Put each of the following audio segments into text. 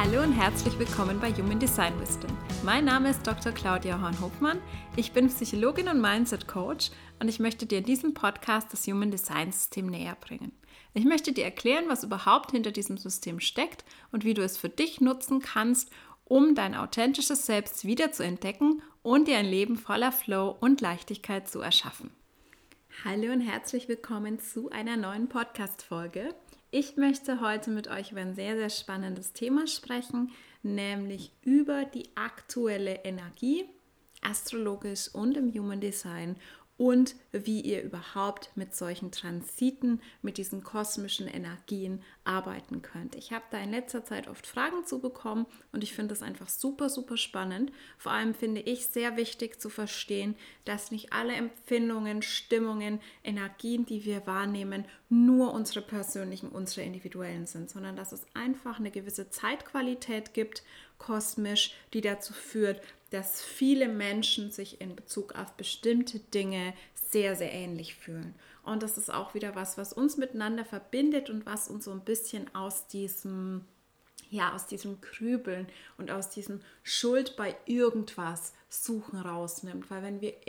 Hallo und herzlich willkommen bei Human Design Wisdom. Mein Name ist Dr. Claudia Horn-Hofmann. Ich bin Psychologin und Mindset Coach und ich möchte dir in diesem Podcast das Human Design System näher bringen. Ich möchte dir erklären, was überhaupt hinter diesem System steckt und wie du es für dich nutzen kannst, um dein authentisches Selbst wiederzuentdecken und dir ein Leben voller Flow und Leichtigkeit zu erschaffen. Hallo und herzlich willkommen zu einer neuen Podcast-Folge. Ich möchte heute mit euch über ein sehr, sehr spannendes Thema sprechen, nämlich über die aktuelle Energie, astrologisch und im Human Design und wie ihr überhaupt mit solchen Transiten, mit diesen kosmischen Energien arbeiten könnt. Ich habe da in letzter Zeit oft Fragen zu bekommen und ich finde das einfach super, super spannend. Vor allem finde ich sehr wichtig zu verstehen, dass nicht alle Empfindungen, Stimmungen, Energien, die wir wahrnehmen, nur unsere persönlichen, unsere individuellen sind, sondern dass es einfach eine gewisse Zeitqualität gibt, kosmisch, die dazu führt, dass viele Menschen sich in Bezug auf bestimmte Dinge sehr, sehr ähnlich fühlen. Und das ist auch wieder was uns miteinander verbindet und was uns so ein bisschen aus diesem Grübeln und aus diesem Schuld bei irgendwas suchen rausnimmt. Weil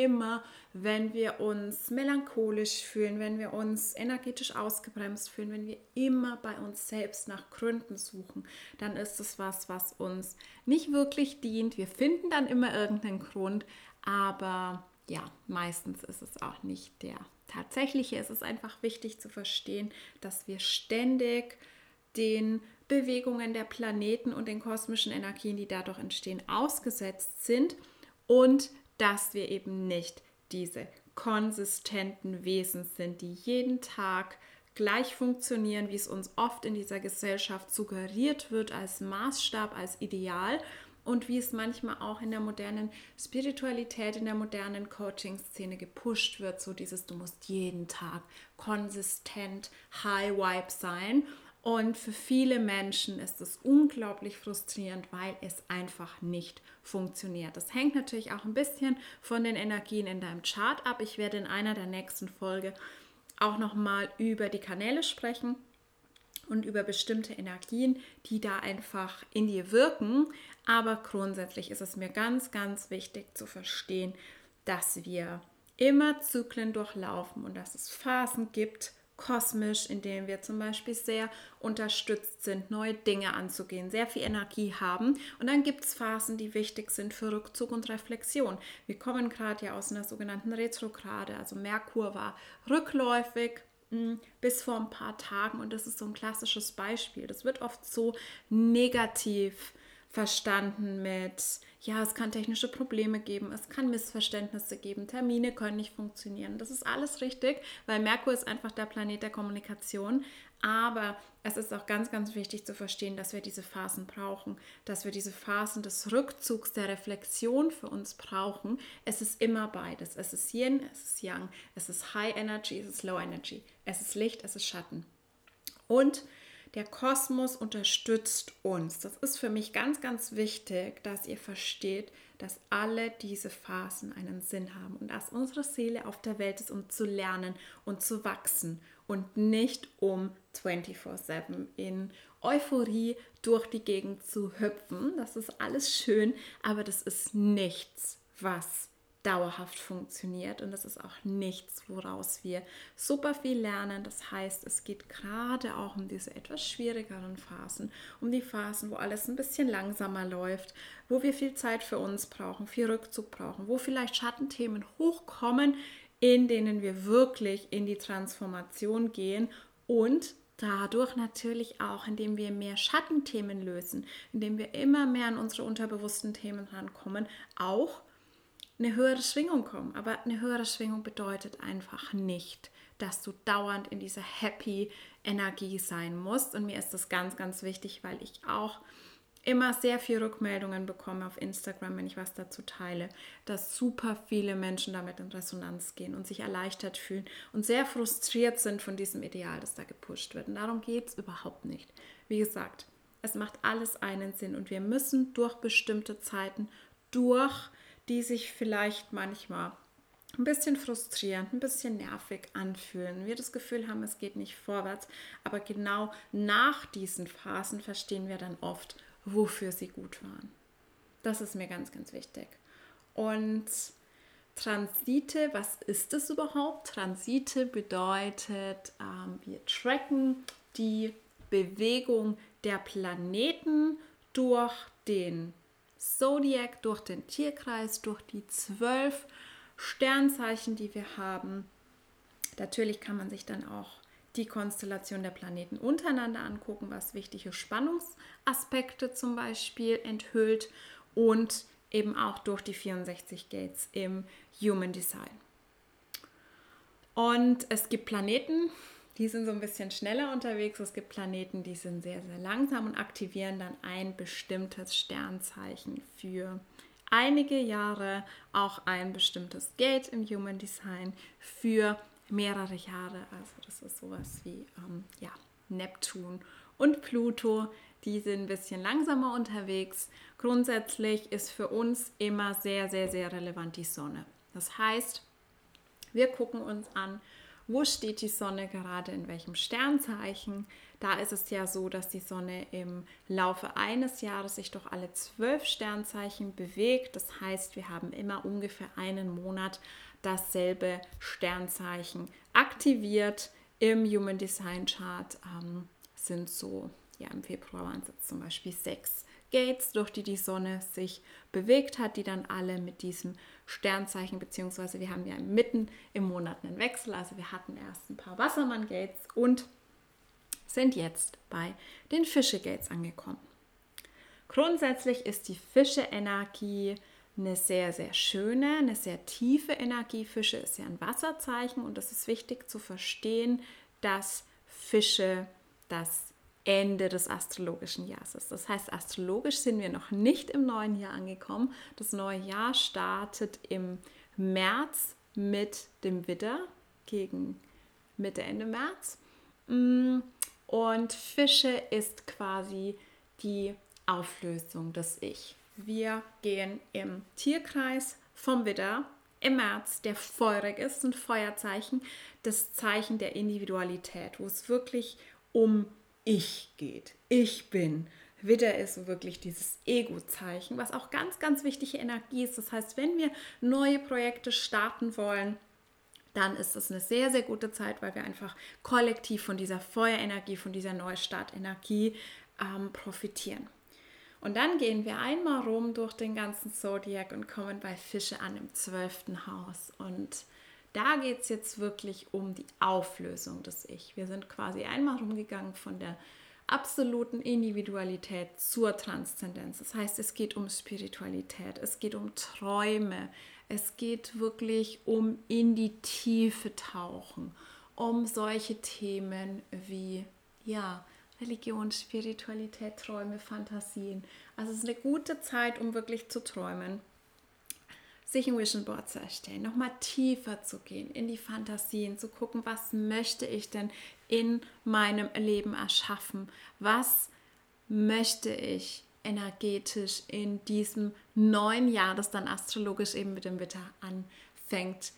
wenn wir uns melancholisch fühlen, wenn wir uns energetisch ausgebremst fühlen, wenn wir immer bei uns selbst nach Gründen suchen, dann ist es was uns nicht wirklich dient. Wir finden dann immer irgendeinen Grund, aber ja, meistens ist es auch nicht der tatsächliche. Es ist einfach wichtig zu verstehen, dass wir ständig den Bewegungen der Planeten und den kosmischen Energien, die dadurch entstehen, ausgesetzt sind und dass wir eben nicht diese konsistenten Wesen sind, die jeden Tag gleich funktionieren, wie es uns oft in dieser Gesellschaft suggeriert wird als Maßstab, als Ideal und wie es manchmal auch in der modernen Spiritualität, in der modernen Coaching-Szene gepusht wird, so dieses, du musst jeden Tag konsistent High Vibe sein. Und für viele Menschen ist es unglaublich frustrierend, weil es einfach nicht funktioniert. Das hängt natürlich auch ein bisschen von den Energien in deinem Chart ab. Ich werde in einer der nächsten Folgen auch nochmal über die Kanäle sprechen und über bestimmte Energien, die da einfach in dir wirken. Aber grundsätzlich ist es mir ganz, ganz wichtig zu verstehen, dass wir immer Zyklen durchlaufen und dass es Phasen gibt, kosmisch, in denen wir zum Beispiel sehr unterstützt sind, neue Dinge anzugehen, sehr viel Energie haben. Und dann gibt es Phasen, die wichtig sind für Rückzug und Reflexion. Wir kommen gerade ja aus einer sogenannten Retrograde, also Merkur war rückläufig bis vor ein paar Tagen und das ist so ein klassisches Beispiel. Das wird oft so negativ verstanden mit, ja, es kann technische Probleme geben, es kann Missverständnisse geben, Termine können nicht funktionieren. Das ist alles richtig, weil Merkur ist einfach der Planet der Kommunikation. Aber es ist auch ganz, ganz wichtig zu verstehen, dass wir diese Phasen brauchen, dass wir diese Phasen des Rückzugs, der Reflexion für uns brauchen. Es ist immer beides. Es ist Yin, es ist Yang, es ist High Energy, es ist Low Energy, es ist Licht, es ist Schatten. Und der Kosmos unterstützt uns. Das ist für mich ganz, ganz wichtig, dass ihr versteht, dass alle diese Phasen einen Sinn haben und dass unsere Seele auf der Welt ist, um zu lernen und zu wachsen und nicht um 24/7 in Euphorie durch die Gegend zu hüpfen. Das ist alles schön, aber das ist nichts, was dauerhaft funktioniert und das ist auch nichts, woraus wir super viel lernen. Das heißt, es geht gerade auch um diese etwas schwierigeren Phasen, um die Phasen, wo alles ein bisschen langsamer läuft, wo wir viel Zeit für uns brauchen, viel Rückzug brauchen, wo vielleicht Schattenthemen hochkommen, in denen wir wirklich in die Transformation gehen und dadurch natürlich auch, indem wir mehr Schattenthemen lösen, indem wir immer mehr an unsere unterbewussten Themen rankommen, auch eine höhere Schwingung kommen. Aber eine höhere Schwingung bedeutet einfach nicht, dass du dauernd in dieser happy Energie sein musst. Und mir ist das ganz, ganz wichtig, weil ich auch immer sehr viele Rückmeldungen bekomme auf Instagram, wenn ich was dazu teile, dass super viele Menschen damit in Resonanz gehen und sich erleichtert fühlen und sehr frustriert sind von diesem Ideal, das da gepusht wird. Und darum geht es überhaupt nicht. Wie gesagt, es macht alles einen Sinn und wir müssen durch bestimmte Zeiten die sich vielleicht manchmal ein bisschen frustrierend, ein bisschen nervig anfühlen. Wir das Gefühl haben, es geht nicht vorwärts. Aber genau nach diesen Phasen verstehen wir dann oft wofür sie gut waren. Das ist mir ganz, ganz wichtig. Und Transite, was ist es überhaupt? Transite bedeutet, wir tracken die Bewegung der Planeten durch den Zodiac, durch den Tierkreis, durch die 12 Sternzeichen, die wir haben. Natürlich kann man sich dann auch die Konstellation der Planeten untereinander angucken, was wichtige Spannungsaspekte zum Beispiel enthüllt und eben auch durch die 64 Gates im Human Design. Und es gibt Planeten, die sind so ein bisschen schneller unterwegs. Es gibt Planeten, die sind sehr, sehr langsam und aktivieren dann ein bestimmtes Sternzeichen für einige Jahre, auch ein bestimmtes Gate im Human Design für mehrere Jahre. Also das ist sowas wie Neptun und Pluto. Die sind ein bisschen langsamer unterwegs. Grundsätzlich ist für uns immer sehr, sehr, sehr relevant die Sonne. Das heißt, wir gucken uns an, wo steht die Sonne gerade, in welchem Sternzeichen. Da ist es ja so, dass die Sonne im Laufe eines Jahres sich durch alle 12 Sternzeichen bewegt. Das heißt, wir haben immer ungefähr einen Monat dasselbe Sternzeichen aktiviert. Im Human Design Chart sind so, im Februar waren es jetzt zum Beispiel 6 Gates, durch die Sonne sich bewegt hat, die dann alle mit diesem Sternzeichen, beziehungsweise wir haben ja mitten im Monat einen Wechsel, also wir hatten erst ein paar Wassermann-Gates und sind jetzt bei den Fische-Gates angekommen. Grundsätzlich ist die Fische-Energie eine sehr, sehr schöne, eine sehr tiefe Energie. Fische ist ja ein Wasserzeichen und es ist wichtig zu verstehen, dass Fische das Ende des astrologischen Jahres ist. Das heißt, astrologisch sind wir noch nicht im neuen Jahr angekommen. Das neue Jahr startet im März mit dem Widder gegen Mitte, Ende März. Und Fische ist quasi die Auflösung des Ich. Wir gehen im Tierkreis vom Widder im März, der feurig ist, ein Feuerzeichen, das Zeichen der Individualität, wo es wirklich um Ich geht. Ich bin. Widder ist wirklich dieses Ego-Zeichen, was auch ganz, ganz wichtige Energie ist. Das heißt, wenn wir neue Projekte starten wollen, dann ist es eine sehr, sehr gute Zeit, weil wir einfach kollektiv von dieser Feuerenergie, von dieser Neustartenergie profitieren. Und dann gehen wir einmal rum durch den ganzen Zodiac und kommen bei Fische an im 12. Haus. Und da geht es jetzt wirklich um die Auflösung des Ich. Wir sind quasi einmal rumgegangen von der absoluten Individualität zur Transzendenz. Das heißt, es geht um Spiritualität, es geht um Träume, es geht wirklich um in die Tiefe tauchen, um solche Themen wie, Religion, Spiritualität, Träume, Fantasien. Also es ist eine gute Zeit, um wirklich zu träumen, sich ein Vision Board zu erstellen, nochmal tiefer zu gehen, in die Fantasien, zu gucken, was möchte ich denn in meinem Leben erschaffen, was möchte ich energetisch in diesem neuen Jahr, das dann astrologisch eben mit dem Widder anfängt,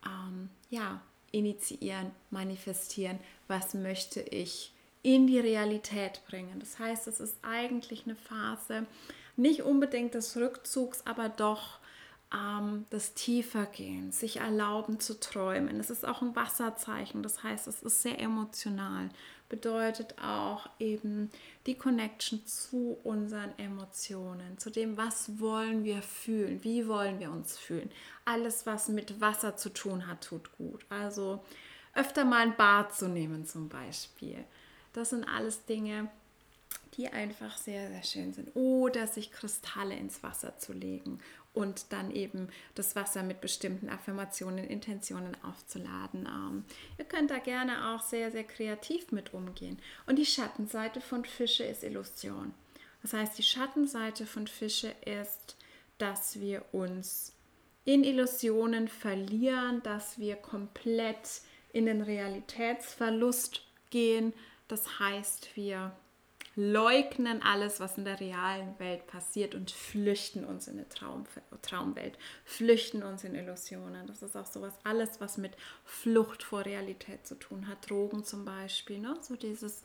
initiieren, manifestieren, was möchte ich in die Realität bringen. Das heißt, es ist eigentlich eine Phase, nicht unbedingt des Rückzugs, aber doch des Tiefergehens, sich erlauben zu träumen. Es ist auch ein Wasserzeichen, das heißt, es ist sehr emotional, bedeutet auch eben die Connection zu unseren Emotionen, zu dem, was wollen wir fühlen, wie wollen wir uns fühlen. Alles, was mit Wasser zu tun hat, tut gut. Also öfter mal ein Bad zu nehmen zum Beispiel. Das sind alles Dinge, die einfach sehr, sehr schön sind. Oder sich Kristalle ins Wasser zu legen und dann eben das Wasser mit bestimmten Affirmationen, Intentionen aufzuladen. Ihr könnt da gerne auch sehr, sehr kreativ mit umgehen. Und die Schattenseite von Fische ist Illusion. Das heißt, die Schattenseite von Fische ist, dass wir uns in Illusionen verlieren, dass wir komplett in den Realitätsverlust gehen. Das heißt, wir leugnen alles, was in der realen Welt passiert und flüchten uns in eine Traumwelt, flüchten uns in Illusionen. Das ist auch sowas, alles, was mit Flucht vor Realität zu tun hat. Drogen zum Beispiel, ne? So dieses,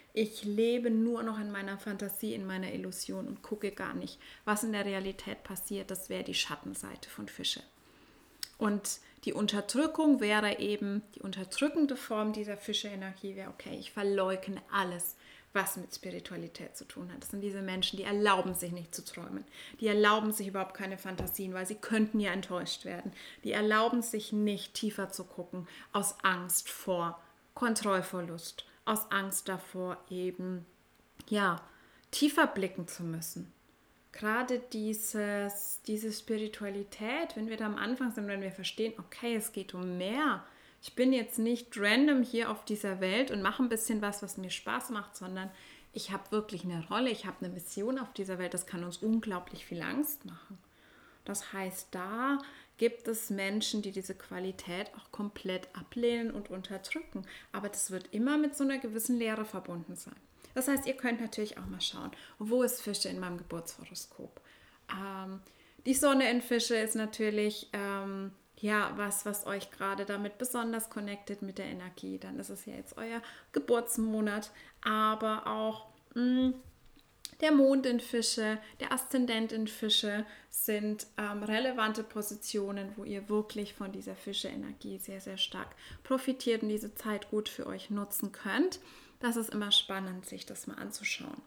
Ich lebe nur noch in meiner Fantasie, in meiner Illusion und gucke gar nicht, was in der Realität passiert. Das wäre die Schattenseite von Fische. Und die Unterdrückung wäre eben, die unterdrückende Form dieser Fische-Energie wäre, okay, ich verleugne alles, was mit Spiritualität zu tun hat. Das sind diese Menschen, die erlauben sich nicht zu träumen. Die erlauben sich überhaupt keine Fantasien, weil sie könnten ja enttäuscht werden. Die erlauben sich nicht tiefer zu gucken, aus Angst vor Kontrollverlust, aus Angst davor eben, ja, tiefer blicken zu müssen. Gerade diese Spiritualität, wenn wir da am Anfang sind, wenn wir verstehen, okay, es geht um mehr. Ich bin jetzt nicht random hier auf dieser Welt und mache ein bisschen was mir Spaß macht, sondern ich habe wirklich eine Rolle, ich habe eine Mission auf dieser Welt. Das kann uns unglaublich viel Angst machen. Das heißt, da gibt es Menschen, die diese Qualität auch komplett ablehnen und unterdrücken. Aber das wird immer mit so einer gewissen Leere verbunden sein. Das heißt, ihr könnt natürlich auch mal schauen, wo ist Fische in meinem Geburtshoroskop. Die Sonne in Fische ist natürlich was euch gerade damit besonders connected mit der Energie. Dann ist es ja jetzt euer Geburtsmonat, aber auch der Mond in Fische, der Aszendent in Fische sind relevante Positionen, wo ihr wirklich von dieser Fische-Energie sehr, sehr stark profitiert und diese Zeit gut für euch nutzen könnt. Das ist immer spannend, sich das mal anzuschauen.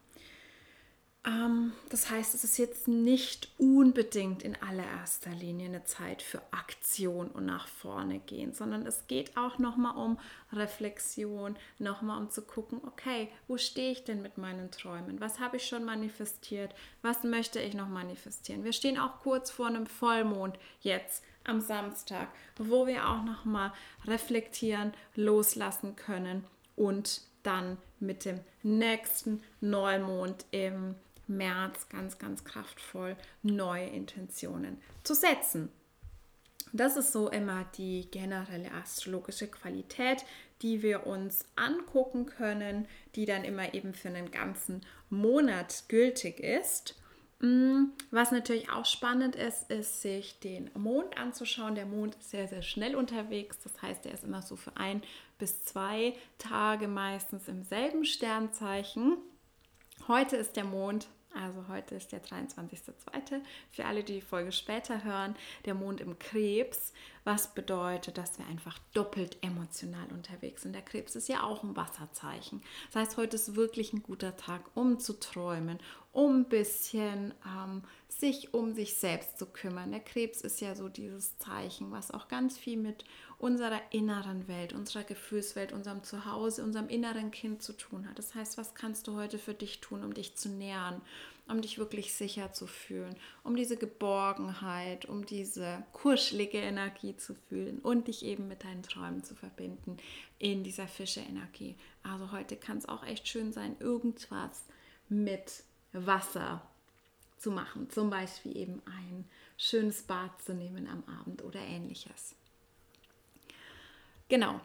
Das heißt, es ist jetzt nicht unbedingt in allererster Linie eine Zeit für Aktion und nach vorne gehen, sondern es geht auch nochmal um Reflexion, nochmal um zu gucken, okay, wo stehe ich denn mit meinen Träumen? Was habe ich schon manifestiert? Was möchte ich noch manifestieren? Wir stehen auch kurz vor einem Vollmond jetzt am Samstag, wo wir auch nochmal reflektieren, loslassen können und dann mit dem nächsten Neumond im März ganz, ganz kraftvoll neue Intentionen zu setzen. Das ist so immer die generelle astrologische Qualität, die wir uns angucken können, die dann immer eben für einen ganzen Monat gültig ist. Was natürlich auch spannend ist, sich den Mond anzuschauen. Der Mond ist sehr, sehr schnell unterwegs. Das heißt, er ist immer so für 1 bis 2 Tage meistens im selben Sternzeichen. Heute ist der Mond, also heute ist der 23.02. Für alle, die die Folge später hören, der Mond im Krebs, was bedeutet, dass wir einfach doppelt emotional unterwegs sind. Der Krebs ist ja auch ein Wasserzeichen. Das heißt, heute ist wirklich ein guter Tag, um zu träumen, um ein bisschen sich um sich selbst zu kümmern. Der Krebs ist ja so dieses Zeichen, was auch ganz viel mit unserer inneren Welt, unserer Gefühlswelt, unserem Zuhause, unserem inneren Kind zu tun hat. Das heißt, was kannst du heute für dich tun, um dich zu nähern, um dich wirklich sicher zu fühlen, um diese Geborgenheit, um diese kuschelige Energie zu fühlen und dich eben mit deinen Träumen zu verbinden in dieser Fische-Energie. Also heute kann es auch echt schön sein, irgendwas mit Wasser zu machen. Zum Beispiel eben ein schönes Bad zu nehmen am Abend oder ähnliches. Genau,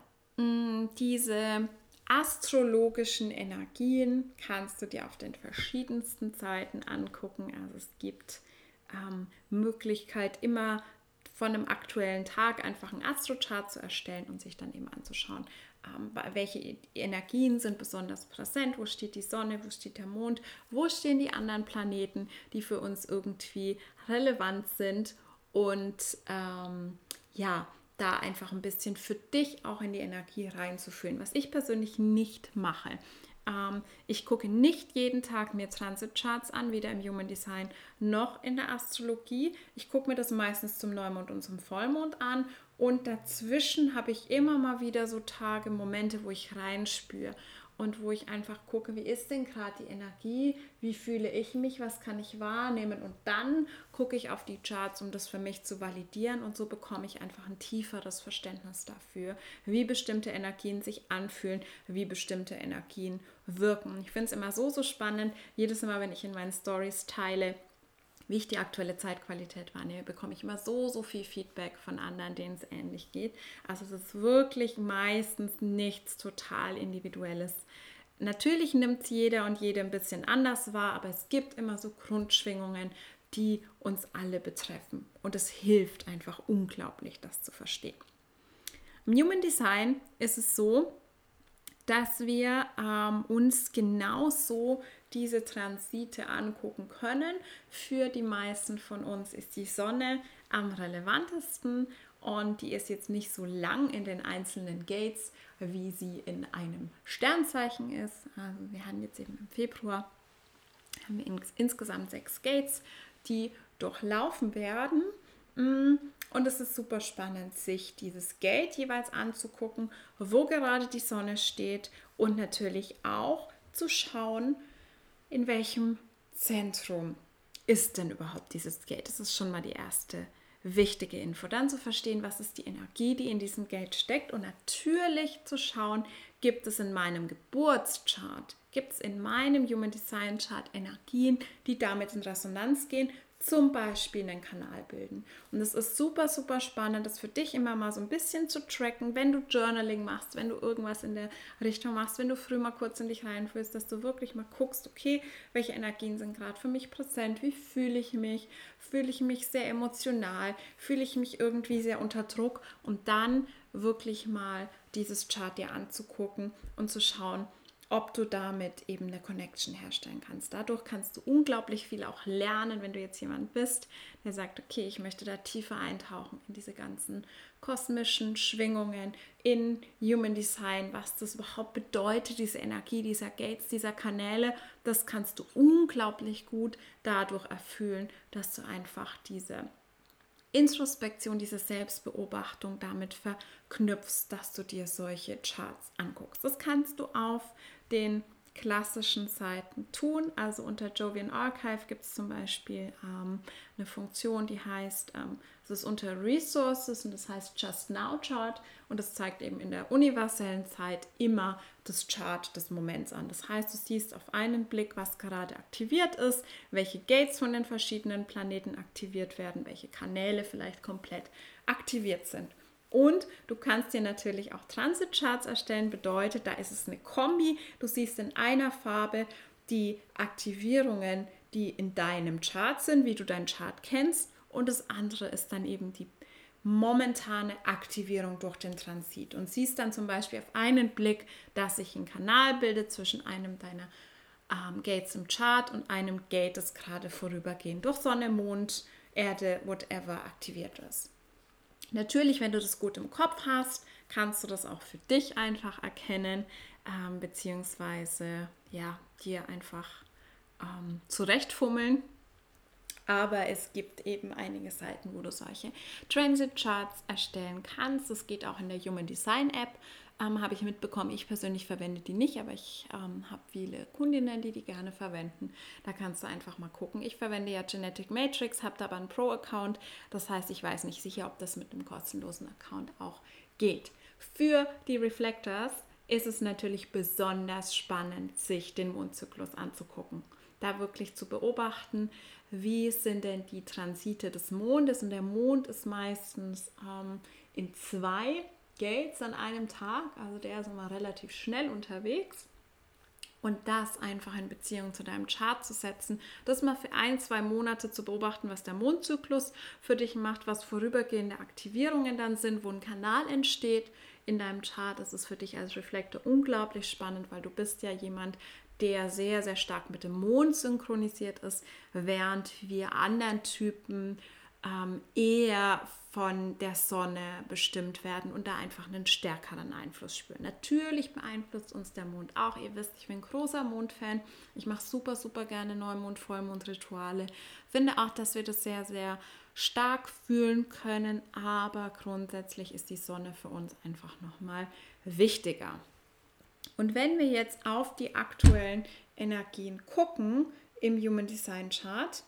diese astrologischen Energien kannst du dir auf den verschiedensten Seiten angucken. Also es gibt Möglichkeit, immer von einem aktuellen Tag einfach einen Astrochart zu erstellen und sich dann eben anzuschauen, welche Energien sind besonders präsent, wo steht die Sonne, wo steht der Mond, wo stehen die anderen Planeten, die für uns irgendwie relevant sind und da einfach ein bisschen für dich auch in die Energie reinzufühlen, was ich persönlich nicht mache. Ich gucke nicht jeden Tag mir Transit-Charts an, weder im Human Design noch in der Astrologie. Ich gucke mir das meistens zum Neumond und zum Vollmond an und dazwischen habe ich immer mal wieder so Tage, Momente, wo ich reinspüre und wo ich einfach gucke, wie ist denn gerade die Energie, wie fühle ich mich, was kann ich wahrnehmen und dann gucke ich auf die Charts, um das für mich zu validieren und so bekomme ich einfach ein tieferes Verständnis dafür, wie bestimmte Energien sich anfühlen, wie bestimmte Energien wirken. Ich finde es immer so spannend, jedes Mal, wenn ich in meinen Stories teile, wie ich die aktuelle Zeitqualität wahrnehme, bekomme ich immer so viel Feedback von anderen, denen es ähnlich geht. Also es ist wirklich meistens nichts total Individuelles. Natürlich nimmt es jeder und jede ein bisschen anders wahr, aber es gibt immer so Grundschwingungen, die uns alle betreffen. Und es hilft einfach unglaublich, das zu verstehen. Im Human Design ist es so, dass wir uns genauso diese Transite angucken können. Für die meisten von uns ist die Sonne am relevantesten und die ist jetzt nicht so lang in den einzelnen Gates, wie sie in einem Sternzeichen ist. Also wir haben jetzt eben im Februar haben wir insgesamt 6 Gates, die durchlaufen werden. Und es ist super spannend, sich dieses Gate jeweils anzugucken, wo gerade die Sonne steht und natürlich auch zu schauen, in welchem Zentrum ist denn überhaupt dieses Gate. Das ist schon mal die erste wichtige Info. Dann zu verstehen, was ist die Energie, die in diesem Gate steckt und natürlich zu schauen, gibt es in meinem Geburtschart, gibt es in meinem Human Design Chart Energien, die damit in Resonanz gehen, zum Beispiel einen Kanal bilden. Und es ist super, super spannend, das für dich immer mal so ein bisschen zu tracken, wenn du Journaling machst, wenn du irgendwas in der Richtung machst, wenn du früh mal kurz in dich reinfühlst, dass du wirklich mal guckst, okay, welche Energien sind gerade für mich präsent, wie fühle ich mich sehr emotional, fühle ich mich irgendwie sehr unter Druck und dann wirklich mal dieses Chart dir anzugucken und zu schauen, ob du damit eben eine Connection herstellen kannst. Dadurch kannst du unglaublich viel auch lernen, wenn du jetzt jemand bist, der sagt, okay, ich möchte da tiefer eintauchen in diese ganzen kosmischen Schwingungen, in Human Design, was das überhaupt bedeutet, diese Energie dieser Gates, dieser Kanäle, das kannst du unglaublich gut dadurch erfüllen, dass du einfach diese Introspektion, diese Selbstbeobachtung damit verknüpfst, dass du dir solche Charts anguckst. Das kannst du auf den klassischen Seiten tun. Also unter Jovian Archive gibt es zum Beispiel eine Funktion, die heißt, es ist unter Resources und das heißt Just Now Chart und das zeigt eben in der universellen Zeit immer das Chart des Moments an. Das heißt, du siehst auf einen Blick, was gerade aktiviert ist, welche Gates von den verschiedenen Planeten aktiviert werden, welche Kanäle vielleicht komplett aktiviert sind. Und du kannst dir natürlich auch Transit-Charts erstellen, bedeutet, da ist es eine Kombi. Du siehst in einer Farbe die Aktivierungen, die in deinem Chart sind, wie du deinen Chart kennst. Und das andere ist dann eben die momentane Aktivierung durch den Transit. Und siehst dann zum Beispiel auf einen Blick, dass sich ein Kanal bildet zwischen einem deiner Gates im Chart und einem Gate, das gerade vorübergehend durch Sonne, Mond, Erde, whatever aktiviert ist. Natürlich, wenn du das gut im Kopf hast, kannst du das auch für dich einfach erkennen, beziehungsweise ja, dir einfach zurechtfummeln. Aber es gibt eben einige Seiten, wo du solche Transit-Charts erstellen kannst. Das geht auch in der Human Design App, habe ich mitbekommen. Ich persönlich verwende die nicht, aber ich habe viele Kundinnen, die gerne verwenden. Da kannst du einfach mal gucken. Ich verwende ja Genetic Matrix, habe da aber einen Pro-Account. Das heißt, ich weiß nicht sicher, ob das mit einem kostenlosen Account auch geht. Für die Reflectors ist es natürlich besonders spannend, sich den Mondzyklus anzugucken. Da wirklich zu beobachten, wie sind denn die Transite des Mondes. Und der Mond ist meistens in 2 Gates an einem Tag, also der ist immer relativ schnell unterwegs. Und das einfach in Beziehung zu deinem Chart zu setzen, das mal für 1-2 Monate zu beobachten, was der Mondzyklus für dich macht, was vorübergehende Aktivierungen dann sind, wo ein Kanal entsteht in deinem Chart. Das ist für dich als Reflektor unglaublich spannend, weil du bist ja jemand, der sehr, sehr stark mit dem Mond synchronisiert ist, während wir anderen Typen eher von der Sonne bestimmt werden und da einfach einen stärkeren Einfluss spüren. Natürlich beeinflusst uns der Mond auch. Ihr wisst, ich bin ein großer Mondfan. Ich mache super, super gerne Neumond-, Vollmond-Rituale. Finde auch, dass wir das sehr, sehr stark fühlen können, aber grundsätzlich ist die Sonne für uns einfach nochmal wichtiger. Und wenn wir jetzt auf die aktuellen Energien gucken im Human Design Chart,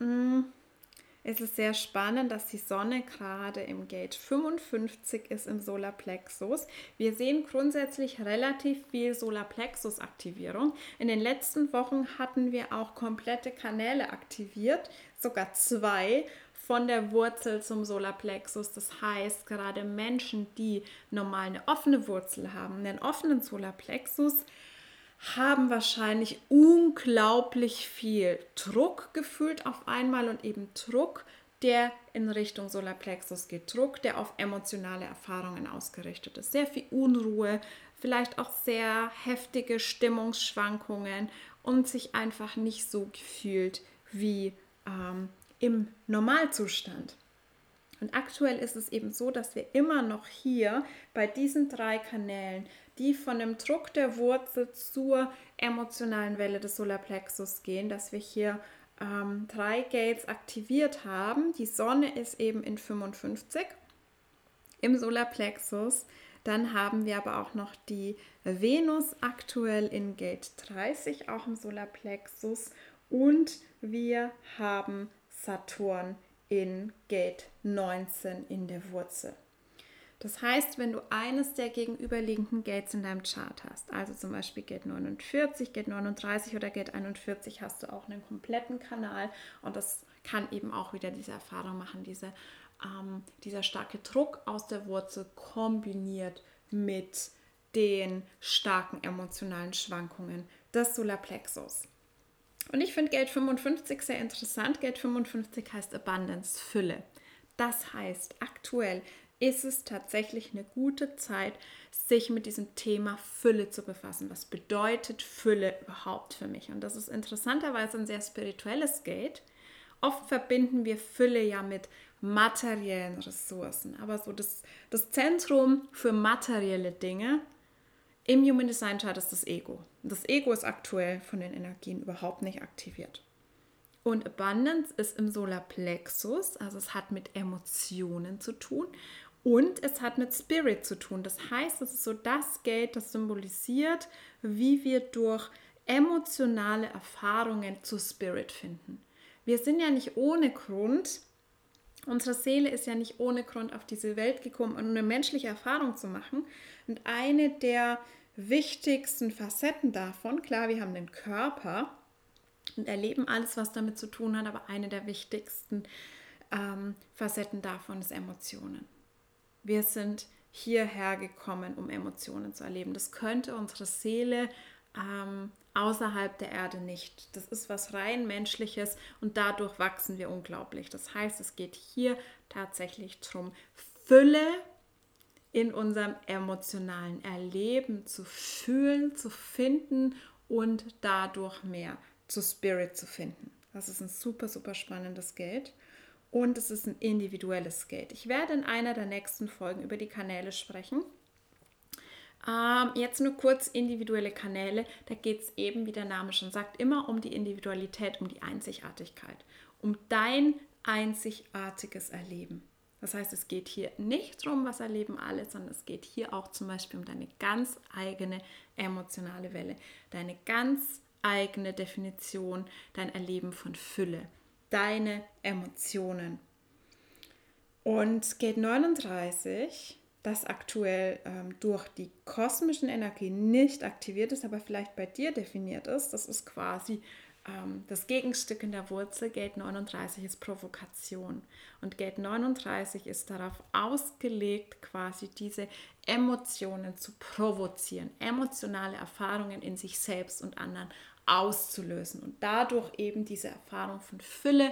ist es sehr spannend, dass die Sonne gerade im Gate 55 ist im Solarplexus. Wir sehen grundsätzlich relativ viel Solarplexus-Aktivierung. In den letzten Wochen hatten wir auch komplette Kanäle aktiviert, sogar 2 von der Wurzel zum Solarplexus. Das heißt, gerade Menschen, die normal eine offene Wurzel haben, einen offenen Solarplexus, haben wahrscheinlich unglaublich viel Druck gefühlt auf einmal und eben Druck, der in Richtung Solarplexus geht. Druck, der auf emotionale Erfahrungen ausgerichtet ist. Sehr viel Unruhe, vielleicht auch sehr heftige Stimmungsschwankungen und sich einfach nicht so gefühlt wie im Normalzustand. Und aktuell ist es eben so, dass wir immer noch hier bei diesen 3 Kanälen, die von dem Druck der Wurzel zur emotionalen Welle des Solarplexus gehen, dass wir hier 3 Gates aktiviert haben. Die Sonne ist eben in 55 im Solarplexus. Dann haben wir aber auch noch die Venus aktuell in Gate 30, auch im Solarplexus. Und wir haben Saturn in Gate 19 in der Wurzel. Das heißt, wenn du eines der gegenüberliegenden Gates in deinem Chart hast, also zum Beispiel Gate 49, Gate 39 oder Gate 41, hast du auch einen kompletten Kanal und das kann eben auch wieder diese Erfahrung machen, dieser starke Druck aus der Wurzel kombiniert mit den starken emotionalen Schwankungen des Solarplexus. Und ich finde Gate 55 sehr interessant. Gate 55 heißt Abundance, Fülle. Das heißt, aktuell ist es tatsächlich eine gute Zeit, sich mit diesem Thema Fülle zu befassen. Was bedeutet Fülle überhaupt für mich? Und das ist interessanterweise ein sehr spirituelles Gate. Oft verbinden wir Fülle ja mit materiellen Ressourcen. Aber so das Zentrum für materielle Dinge im Human Design Chart ist das Ego. Das Ego ist aktuell von den Energien überhaupt nicht aktiviert. Und Abundance ist im Solarplexus, also es hat mit Emotionen zu tun und es hat mit Spirit zu tun. Das heißt, es ist so das Gate, das symbolisiert, wie wir durch emotionale Erfahrungen zu Spirit finden. Wir sind ja nicht ohne Grund, unsere Seele ist ja nicht ohne Grund auf diese Welt gekommen, um eine menschliche Erfahrung zu machen. Und eine der wichtigsten Facetten davon, klar, wir haben den Körper und erleben alles, was damit zu tun hat, aber eine der wichtigsten Facetten davon ist Emotionen. Wir sind hierher gekommen, um Emotionen zu erleben. Das könnte unsere Seele außerhalb der Erde nicht. Das ist was rein Menschliches und dadurch wachsen wir unglaublich. Das heißt, es geht hier tatsächlich darum, Fülle in unserem emotionalen Erleben zu fühlen, zu finden und dadurch mehr zu Spirit zu finden. Das ist ein super, super spannendes Gate und es ist ein individuelles Gate. Ich werde in einer der nächsten Folgen über die Kanäle sprechen. Jetzt nur kurz individuelle Kanäle. Da geht es eben, wie der Name schon sagt, immer um die Individualität, um die Einzigartigkeit, um dein einzigartiges Erleben. Das heißt, es geht hier nicht darum, was erleben alle, sondern es geht hier auch zum Beispiel um deine ganz eigene emotionale Welle, deine ganz eigene Definition, dein Erleben von Fülle, deine Emotionen. Und Gate 39, das aktuell durch die kosmischen Energien nicht aktiviert ist, aber vielleicht bei dir definiert ist, das ist quasi das Gegenstück in der Wurzel. Gate 39 ist Provokation und Gate 39 ist darauf ausgelegt, quasi diese Emotionen zu provozieren, emotionale Erfahrungen in sich selbst und anderen auszulösen und dadurch eben diese Erfahrung von Fülle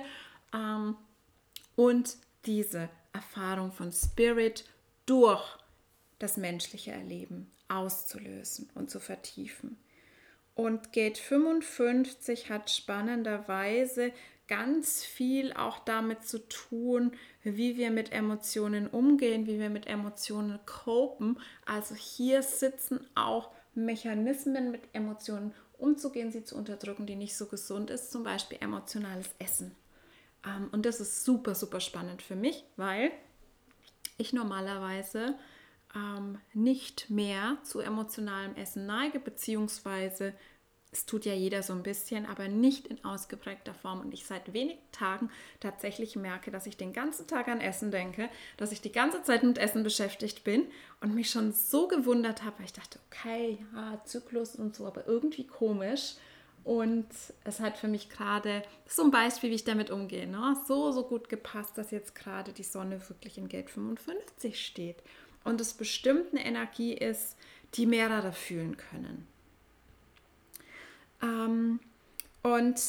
und diese Erfahrung von Spirit durch das menschliche Erleben auszulösen und zu vertiefen. Und Gate 55 hat spannenderweise ganz viel auch damit zu tun, wie wir mit Emotionen umgehen, wie wir mit Emotionen copen. Also hier sitzen auch Mechanismen, mit Emotionen umzugehen, sie zu unterdrücken, die nicht so gesund ist, zum Beispiel emotionales Essen. Und das ist super, super spannend für mich, weil ich normalerweise nicht mehr zu emotionalem Essen neige, beziehungsweise es tut ja jeder so ein bisschen, aber nicht in ausgeprägter Form. Und ich seit wenigen Tagen tatsächlich merke, dass ich den ganzen Tag an Essen denke, dass ich die ganze Zeit mit Essen beschäftigt bin und mich schon so gewundert habe, weil ich dachte, okay, ja, Zyklus und so, aber irgendwie komisch. Und es hat für mich gerade so ein Beispiel, wie ich damit umgehe, ne? So gut gepasst, dass jetzt gerade die Sonne wirklich in Gate 55 steht. Und es bestimmt eine Energie ist, die mehrere fühlen können. Und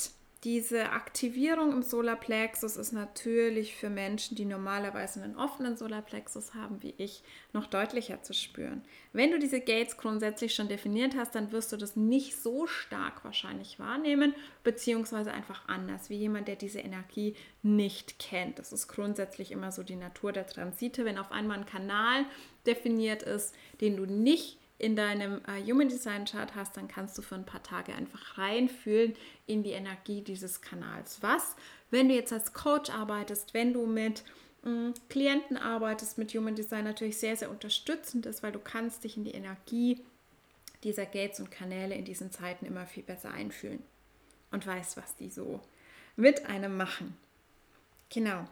Diese Aktivierung im Solarplexus ist natürlich für Menschen, die normalerweise einen offenen Solarplexus haben, wie ich, noch deutlicher zu spüren. Wenn du diese Gates grundsätzlich schon definiert hast, dann wirst du das nicht so stark wahrscheinlich wahrnehmen, beziehungsweise einfach anders, wie jemand, der diese Energie nicht kennt. Das ist grundsätzlich immer so die Natur der Transite. Wenn auf einmal ein Kanal definiert ist, den du nicht in deinem Human Design Chart hast, dann kannst du für ein paar Tage einfach reinfühlen in die Energie dieses Kanals. Was, wenn du jetzt als Coach arbeitest, wenn du mit Klienten arbeitest, mit Human Design natürlich sehr, sehr unterstützend ist, weil du kannst dich in die Energie dieser Gates und Kanäle in diesen Zeiten immer viel besser einfühlen und weißt, was die so mit einem machen. Genau.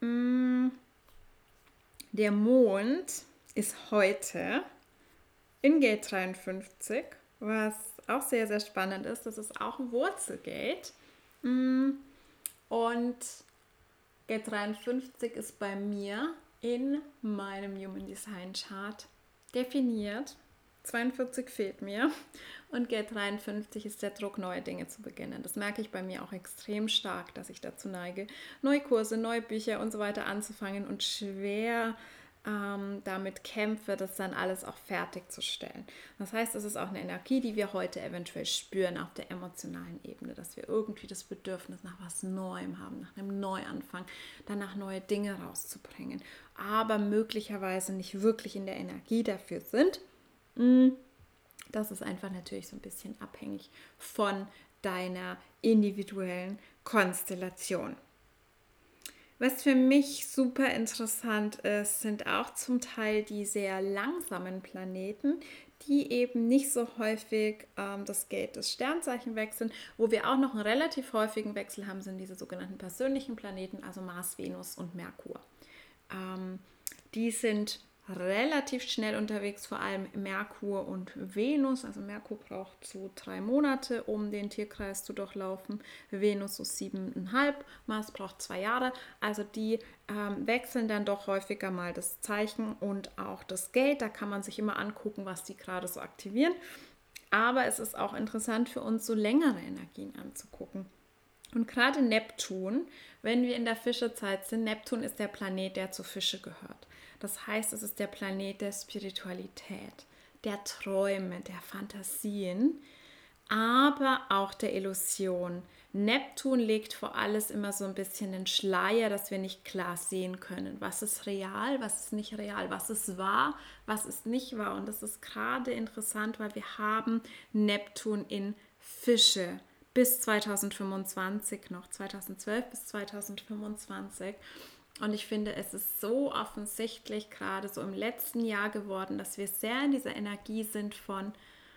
Der Mond ist heute in Gate 53, was auch sehr, sehr spannend ist. Das ist auch ein Wurzelgate. Und Gate 53 ist bei mir in meinem Human Design Chart definiert. 42 fehlt mir und Gate 53 ist der Druck, neue Dinge zu beginnen. Das merke ich bei mir auch extrem stark, dass ich dazu neige, neue Kurse, neue Bücher und so weiter anzufangen und schwer damit kämpfe, das dann alles auch fertigzustellen. Das heißt, es ist auch eine Energie, die wir heute eventuell spüren auf der emotionalen Ebene, dass wir irgendwie das Bedürfnis nach was Neuem haben, nach einem Neuanfang, danach neue Dinge rauszubringen, aber möglicherweise nicht wirklich in der Energie dafür sind. Das ist einfach natürlich so ein bisschen abhängig von deiner individuellen Konstellation. Was für mich super interessant ist, sind auch zum Teil die sehr langsamen Planeten, die eben nicht so häufig das Gate des Sternzeichen wechseln. Wo wir auch noch einen relativ häufigen Wechsel haben, sind diese sogenannten persönlichen Planeten, also Mars, Venus und Merkur. Die sind relativ schnell unterwegs, vor allem Merkur und Venus. Also Merkur braucht so 3 Monate, um den Tierkreis zu durchlaufen. Venus so 7,5. Mars braucht 2 Jahre. Also die wechseln dann doch häufiger mal das Zeichen und auch das Gate. Da kann man sich immer angucken, was die gerade so aktivieren. Aber es ist auch interessant für uns, so längere Energien anzugucken. Und gerade Neptun, wenn wir in der Fischezeit sind, Neptun ist der Planet, der zu Fische gehört. Das heißt, es ist der Planet der Spiritualität, der Träume, der Fantasien, aber auch der Illusion. Neptun legt vor alles immer so ein bisschen den Schleier, dass wir nicht klar sehen können, was ist real, was ist nicht real, was ist wahr, was ist nicht wahr. Und das ist gerade interessant, weil wir haben Neptun in Fische bis 2025 noch, 2012 bis 2025. Und ich finde, es ist so offensichtlich gerade so im letzten Jahr geworden, dass wir sehr in dieser Energie sind von,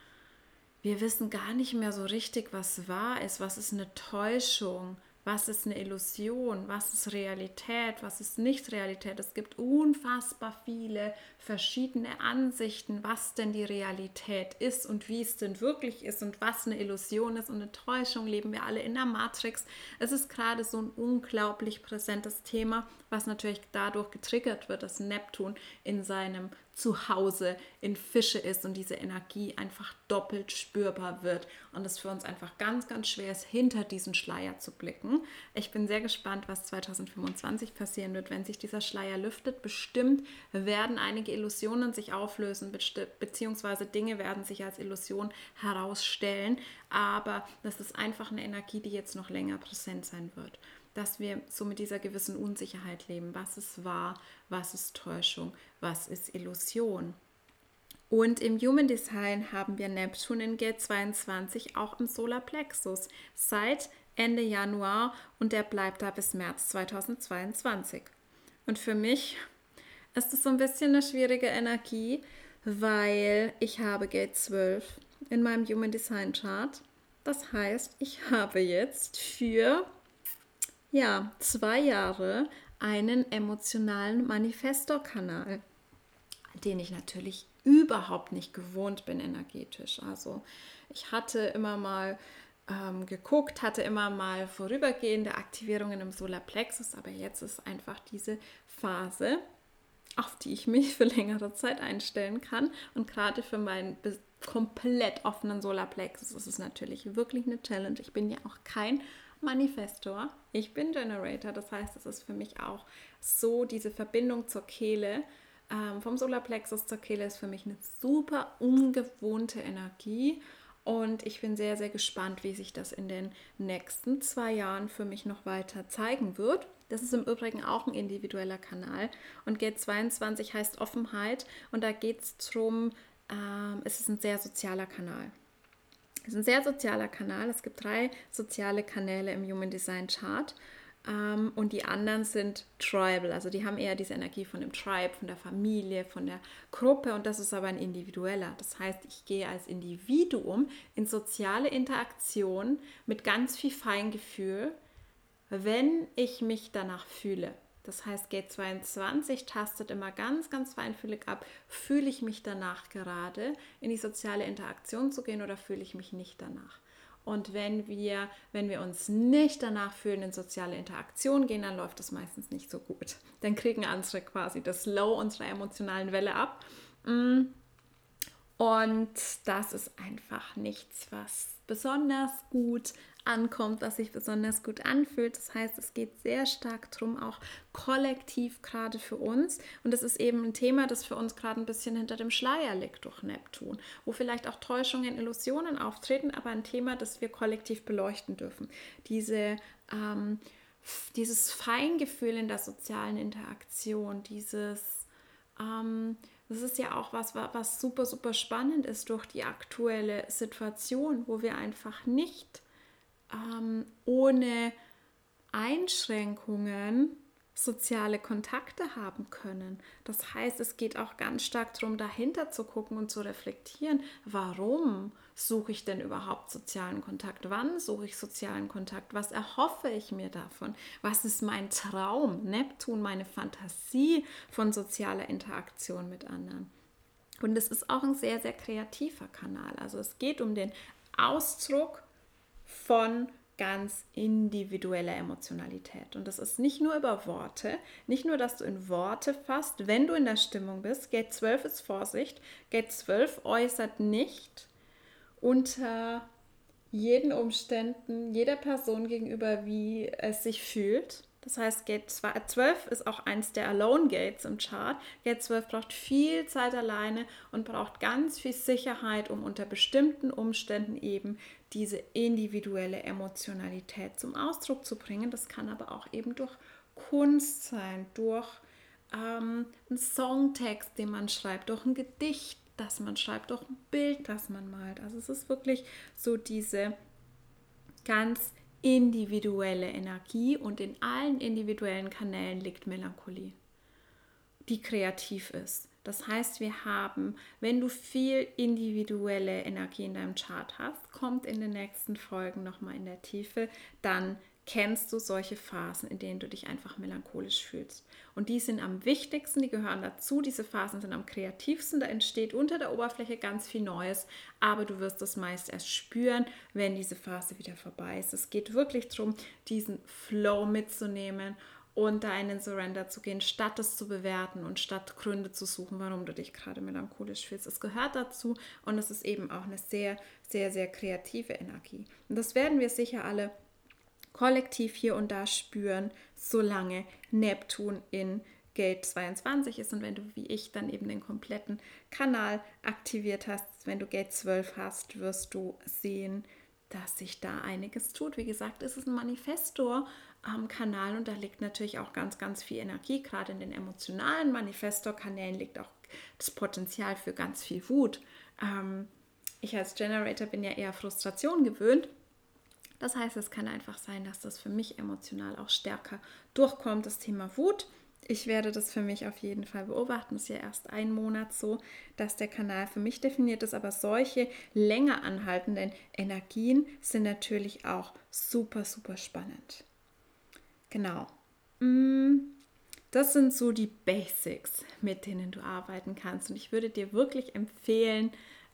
wir wissen gar nicht mehr so richtig, was wahr ist, was ist eine Täuschung, was ist eine Illusion, was ist Realität, was ist nicht Realität. Es gibt unfassbar viele verschiedene Ansichten, was denn die Realität ist und wie es denn wirklich ist und was eine Illusion ist und eine Täuschung. Leben wir alle in der Matrix. Es ist gerade so ein unglaublich präsentes Thema, was natürlich dadurch getriggert wird, dass Neptun in seinem Zuhause in Fische ist und diese Energie einfach doppelt spürbar wird und es für uns einfach ganz, ganz schwer ist, hinter diesen Schleier zu blicken. Ich bin sehr gespannt, was 2025 passieren wird, wenn sich dieser Schleier lüftet. Bestimmt werden einige Illusionen sich auflösen, beziehungsweise Dinge werden sich als Illusion herausstellen, aber das ist einfach eine Energie, die jetzt noch länger präsent sein wird. Dass wir so mit dieser gewissen Unsicherheit leben. Was ist wahr, was ist Täuschung, was ist Illusion? Und im Human Design haben wir Neptun in Gate 22 auch im Solarplexus seit Ende Januar und der bleibt da bis März 2022. Und für mich ist es so ein bisschen eine schwierige Energie, weil ich habe Gate 12 in meinem Human Design Chart. Das heißt, ich habe jetzt für 2 Jahre einen emotionalen Manifestor-Kanal, den ich natürlich überhaupt nicht gewohnt bin energetisch. Also ich hatte immer mal geguckt, hatte immer mal vorübergehende Aktivierungen im Solarplexus, aber jetzt ist einfach diese Phase, auf die ich mich für längere Zeit einstellen kann. Und gerade für meinen komplett offenen Solarplexus ist es natürlich wirklich eine Challenge. Ich bin ja auch kein Manifestor. Ich bin Generator, das heißt, es ist für mich auch so, diese Verbindung zur Kehle, vom Solarplexus zur Kehle ist für mich eine super ungewohnte Energie und ich bin sehr, sehr gespannt, wie sich das in den nächsten 2 Jahren für mich noch weiter zeigen wird. Das ist im Übrigen auch ein individueller Kanal und Gate 22 heißt Offenheit und da geht es darum, es ist ein sehr sozialer Kanal. Es ist ein sehr sozialer Kanal. Es gibt 3 soziale Kanäle im Human Design Chart und die anderen sind tribal. Also die haben eher diese Energie von dem Tribe, von der Familie, von der Gruppe und das ist aber ein individueller. Das heißt, ich gehe als Individuum in soziale Interaktion mit ganz viel Feingefühl, wenn ich mich danach fühle. Das heißt, Gate 22 tastet immer ganz, ganz feinfühlig ab, fühle ich mich danach gerade, in die soziale Interaktion zu gehen oder fühle ich mich nicht danach. Und wenn wir uns nicht danach fühlen, in soziale Interaktion gehen, dann läuft das meistens nicht so gut. Dann kriegen andere quasi das Low unserer emotionalen Welle ab. Und das ist einfach nichts, was besonders gut ankommt, was sich besonders gut anfühlt. Das heißt, es geht sehr stark darum, auch kollektiv gerade für uns. Und das ist eben ein Thema, das für uns gerade ein bisschen hinter dem Schleier liegt durch Neptun, wo vielleicht auch Täuschungen, Illusionen auftreten, aber ein Thema, das wir kollektiv beleuchten dürfen. Dieses Feingefühl in der sozialen Interaktion, das ist ja auch was super, super spannend ist durch die aktuelle Situation, wo wir einfach nicht ohne Einschränkungen soziale Kontakte haben können. Das heißt, es geht auch ganz stark darum, dahinter zu gucken und zu reflektieren, warum suche ich denn überhaupt sozialen Kontakt? Wann suche ich sozialen Kontakt? Was erhoffe ich mir davon? Was ist mein Traum? Neptun, meine Fantasie von sozialer Interaktion mit anderen. Und es ist auch ein sehr, sehr kreativer Kanal. Also es geht um den Ausdruck von ganz individueller Emotionalität. Und das ist nicht nur über Worte, nicht nur, dass du in Worte fasst, wenn du in der Stimmung bist. Gate 12 ist Vorsicht. Gate 12 äußert nicht unter jeden Umständen, jeder Person gegenüber, wie es sich fühlt. Das heißt, Gate 12 ist auch eins der Alone Gates im Chart. Gate 12 braucht viel Zeit alleine und braucht ganz viel Sicherheit, um unter bestimmten Umständen eben diese individuelle Emotionalität zum Ausdruck zu bringen. Das kann aber auch eben durch Kunst sein, durch einen Songtext, den man schreibt, durch ein Gedicht, das man schreibt, durch ein Bild, das man malt. Also es ist wirklich so diese ganz individuelle Energie und in allen individuellen Kanälen liegt Melancholie, die kreativ ist. Das heißt, wir haben, wenn du viel individuelle Energie in deinem Chart hast, kommt in den nächsten Folgen nochmal in der Tiefe, dann kennst du solche Phasen, in denen du dich einfach melancholisch fühlst. Und die sind am wichtigsten, die gehören dazu, diese Phasen sind am kreativsten, da entsteht unter der Oberfläche ganz viel Neues, aber du wirst es meist erst spüren, wenn diese Phase wieder vorbei ist. Es geht wirklich darum, diesen Flow mitzunehmen und da in den Surrender zu gehen, statt es zu bewerten und statt Gründe zu suchen, warum du dich gerade melancholisch fühlst. Es gehört dazu und es ist eben auch eine sehr, sehr, sehr kreative Energie. Und das werden wir sicher alle kollektiv hier und da spüren, solange Neptun in Gate 22 ist und wenn du wie ich dann eben den kompletten Kanal aktiviert hast, wenn du Gate 12 hast, wirst du sehen, dass sich da einiges tut. Wie gesagt, es ist ein Manifestor-Kanal und da liegt natürlich auch ganz, ganz viel Energie. Gerade in den emotionalen Manifestor-Kanälen liegt auch das Potenzial für ganz viel Wut. Ich als Generator bin ja eher Frustration gewöhnt. Das heißt, es kann einfach sein, dass das für mich emotional auch stärker durchkommt, das Thema Wut. Ich werde das für mich auf jeden Fall beobachten. Es ist ja erst 1 Monat so, dass der Kanal für mich definiert ist, aber solche länger anhaltenden Energien sind natürlich auch super, super spannend. Genau. Das sind so die Basics, mit denen du arbeiten kannst. Und ich würde dir wirklich empfehlen,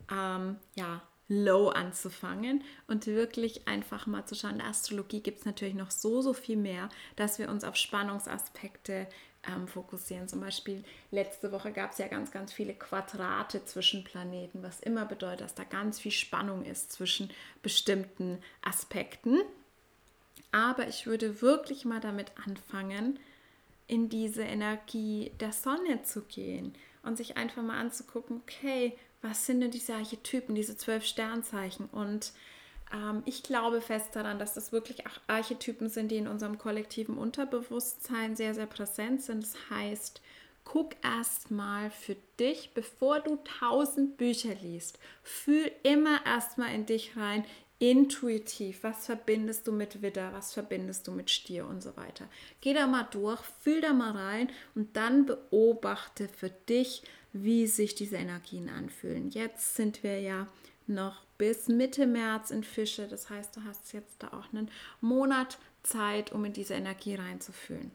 low anzufangen und wirklich einfach mal zu schauen. In der Astrologie gibt es natürlich noch so viel mehr, dass wir uns auf Spannungsaspekte fokussieren. Zum Beispiel letzte Woche gab es ja ganz, ganz viele Quadrate zwischen Planeten, was immer bedeutet, dass da ganz viel Spannung ist zwischen bestimmten Aspekten. Aber ich würde wirklich mal damit anfangen, in diese Energie der Sonne zu gehen und sich einfach mal anzugucken, okay, was sind denn diese Archetypen, diese 12 Sternzeichen? Und ich glaube fest daran, dass das wirklich auch Archetypen sind, die in unserem kollektiven Unterbewusstsein sehr, sehr präsent sind. Das heißt, guck erstmal für dich, bevor du 1000 Bücher liest, fühl immer erstmal in dich rein, intuitiv, was verbindest du mit Widder, was verbindest du mit Stier und so weiter. Geh da mal durch, fühl da mal rein und dann beobachte für dich, wie sich diese Energien anfühlen. Jetzt sind wir ja noch bis Mitte März in Fische, das heißt, du hast jetzt da auch einen Monat Zeit, um in diese Energie reinzufühlen.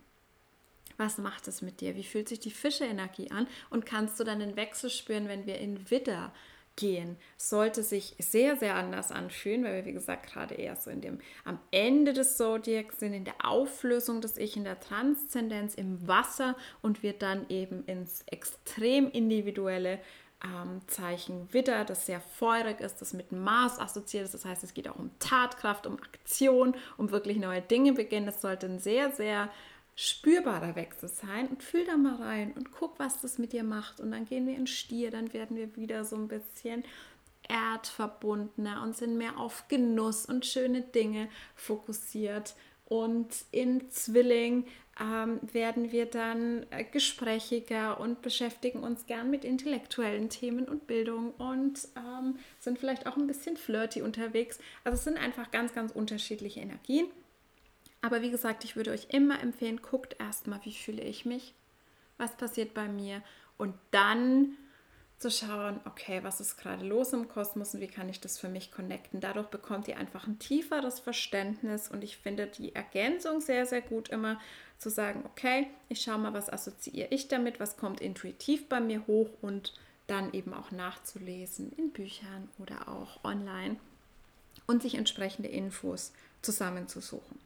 Was macht es mit dir? Wie fühlt sich die Fische-Energie an? Und kannst du dann den Wechsel spüren, wenn wir in Widder gehen? Sollte sich sehr, sehr anders anfühlen, weil wir, wie gesagt, gerade eher so am Ende des Zodiacs sind, in der Auflösung des Ich, in der Transzendenz, im Wasser und wir dann eben ins extrem individuelle Zeichen Widder, das sehr feurig ist, das mit Mars assoziiert ist. Das heißt, es geht auch um Tatkraft, um Aktion, um wirklich neue Dinge beginnen. Das sollte ein sehr, sehr spürbarer Wechsel sein und fühl da mal rein und guck, was das mit dir macht. Und dann gehen wir in Stier, dann werden wir wieder so ein bisschen erdverbundener und sind mehr auf Genuss und schöne Dinge fokussiert. Und in Zwilling werden wir dann gesprächiger und beschäftigen uns gern mit intellektuellen Themen und Bildung und sind vielleicht auch ein bisschen flirty unterwegs. Also es sind einfach ganz, ganz unterschiedliche Energien. Aber wie gesagt, ich würde euch immer empfehlen, guckt erstmal, wie fühle ich mich, was passiert bei mir und dann zu schauen, okay, was ist gerade los im Kosmos und wie kann ich das für mich connecten. Dadurch bekommt ihr einfach ein tieferes Verständnis und ich finde die Ergänzung sehr, sehr gut immer zu sagen, okay, ich schaue mal, was assoziiere ich damit, was kommt intuitiv bei mir hoch und dann eben auch nachzulesen in Büchern oder auch online und sich entsprechende Infos zusammenzusuchen.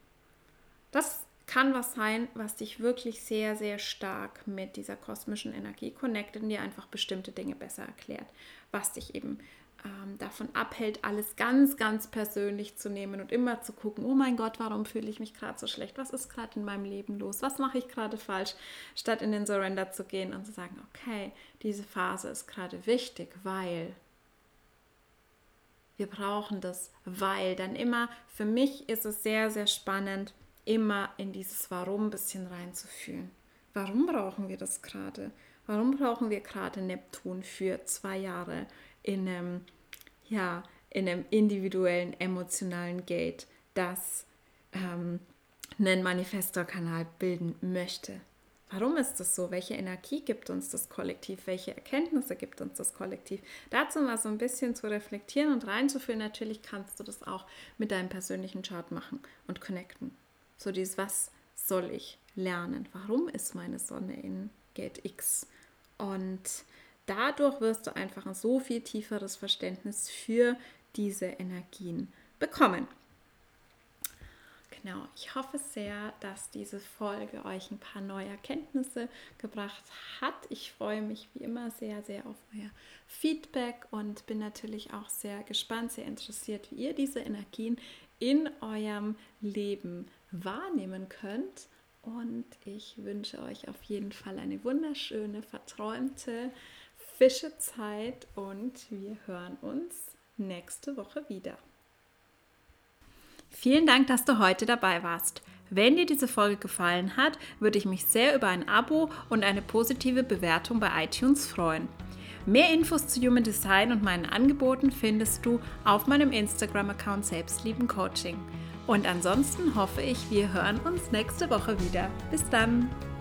Das kann was sein, was dich wirklich sehr, sehr stark mit dieser kosmischen Energie connectet und dir einfach bestimmte Dinge besser erklärt, was dich eben davon abhält, alles ganz, ganz persönlich zu nehmen und immer zu gucken, oh mein Gott, warum fühle ich mich gerade so schlecht? Was ist gerade in meinem Leben los? Was mache ich gerade falsch? Statt in den Surrender zu gehen und zu sagen, okay, diese Phase ist gerade wichtig, weil wir brauchen das, weil dann immer, für mich ist es sehr, sehr spannend, immer in dieses Warum ein bisschen reinzufühlen. Warum brauchen wir das gerade? Warum brauchen wir gerade Neptun für 2 Jahre in einem individuellen, emotionalen Gate, das einen Manifestor-Kanal bilden möchte? Warum ist das so? Welche Energie gibt uns das Kollektiv? Welche Erkenntnisse gibt uns das Kollektiv? Dazu mal so ein bisschen zu reflektieren und reinzufühlen. Natürlich kannst du das auch mit deinem persönlichen Chart machen und connecten. So dieses, was soll ich lernen? Warum ist meine Sonne in Gate X? Und dadurch wirst du einfach ein so viel tieferes Verständnis für diese Energien bekommen. Genau, ich hoffe sehr, dass diese Folge euch ein paar neue Erkenntnisse gebracht hat. Ich freue mich wie immer sehr, sehr auf euer Feedback und bin natürlich auch sehr gespannt, sehr interessiert, wie ihr diese Energien in eurem Leben wahrnehmen könnt. Und ich wünsche euch auf jeden Fall eine wunderschöne, verträumte Fischezeit und wir hören uns nächste Woche wieder. Vielen Dank, dass du heute dabei warst. Wenn dir diese Folge gefallen hat, würde ich mich sehr über ein Abo und eine positive Bewertung bei iTunes freuen. Mehr Infos zu Human Design und meinen Angeboten findest du auf meinem Instagram-Account Selbstlieben Coaching. Und ansonsten hoffe ich, wir hören uns nächste Woche wieder. Bis dann!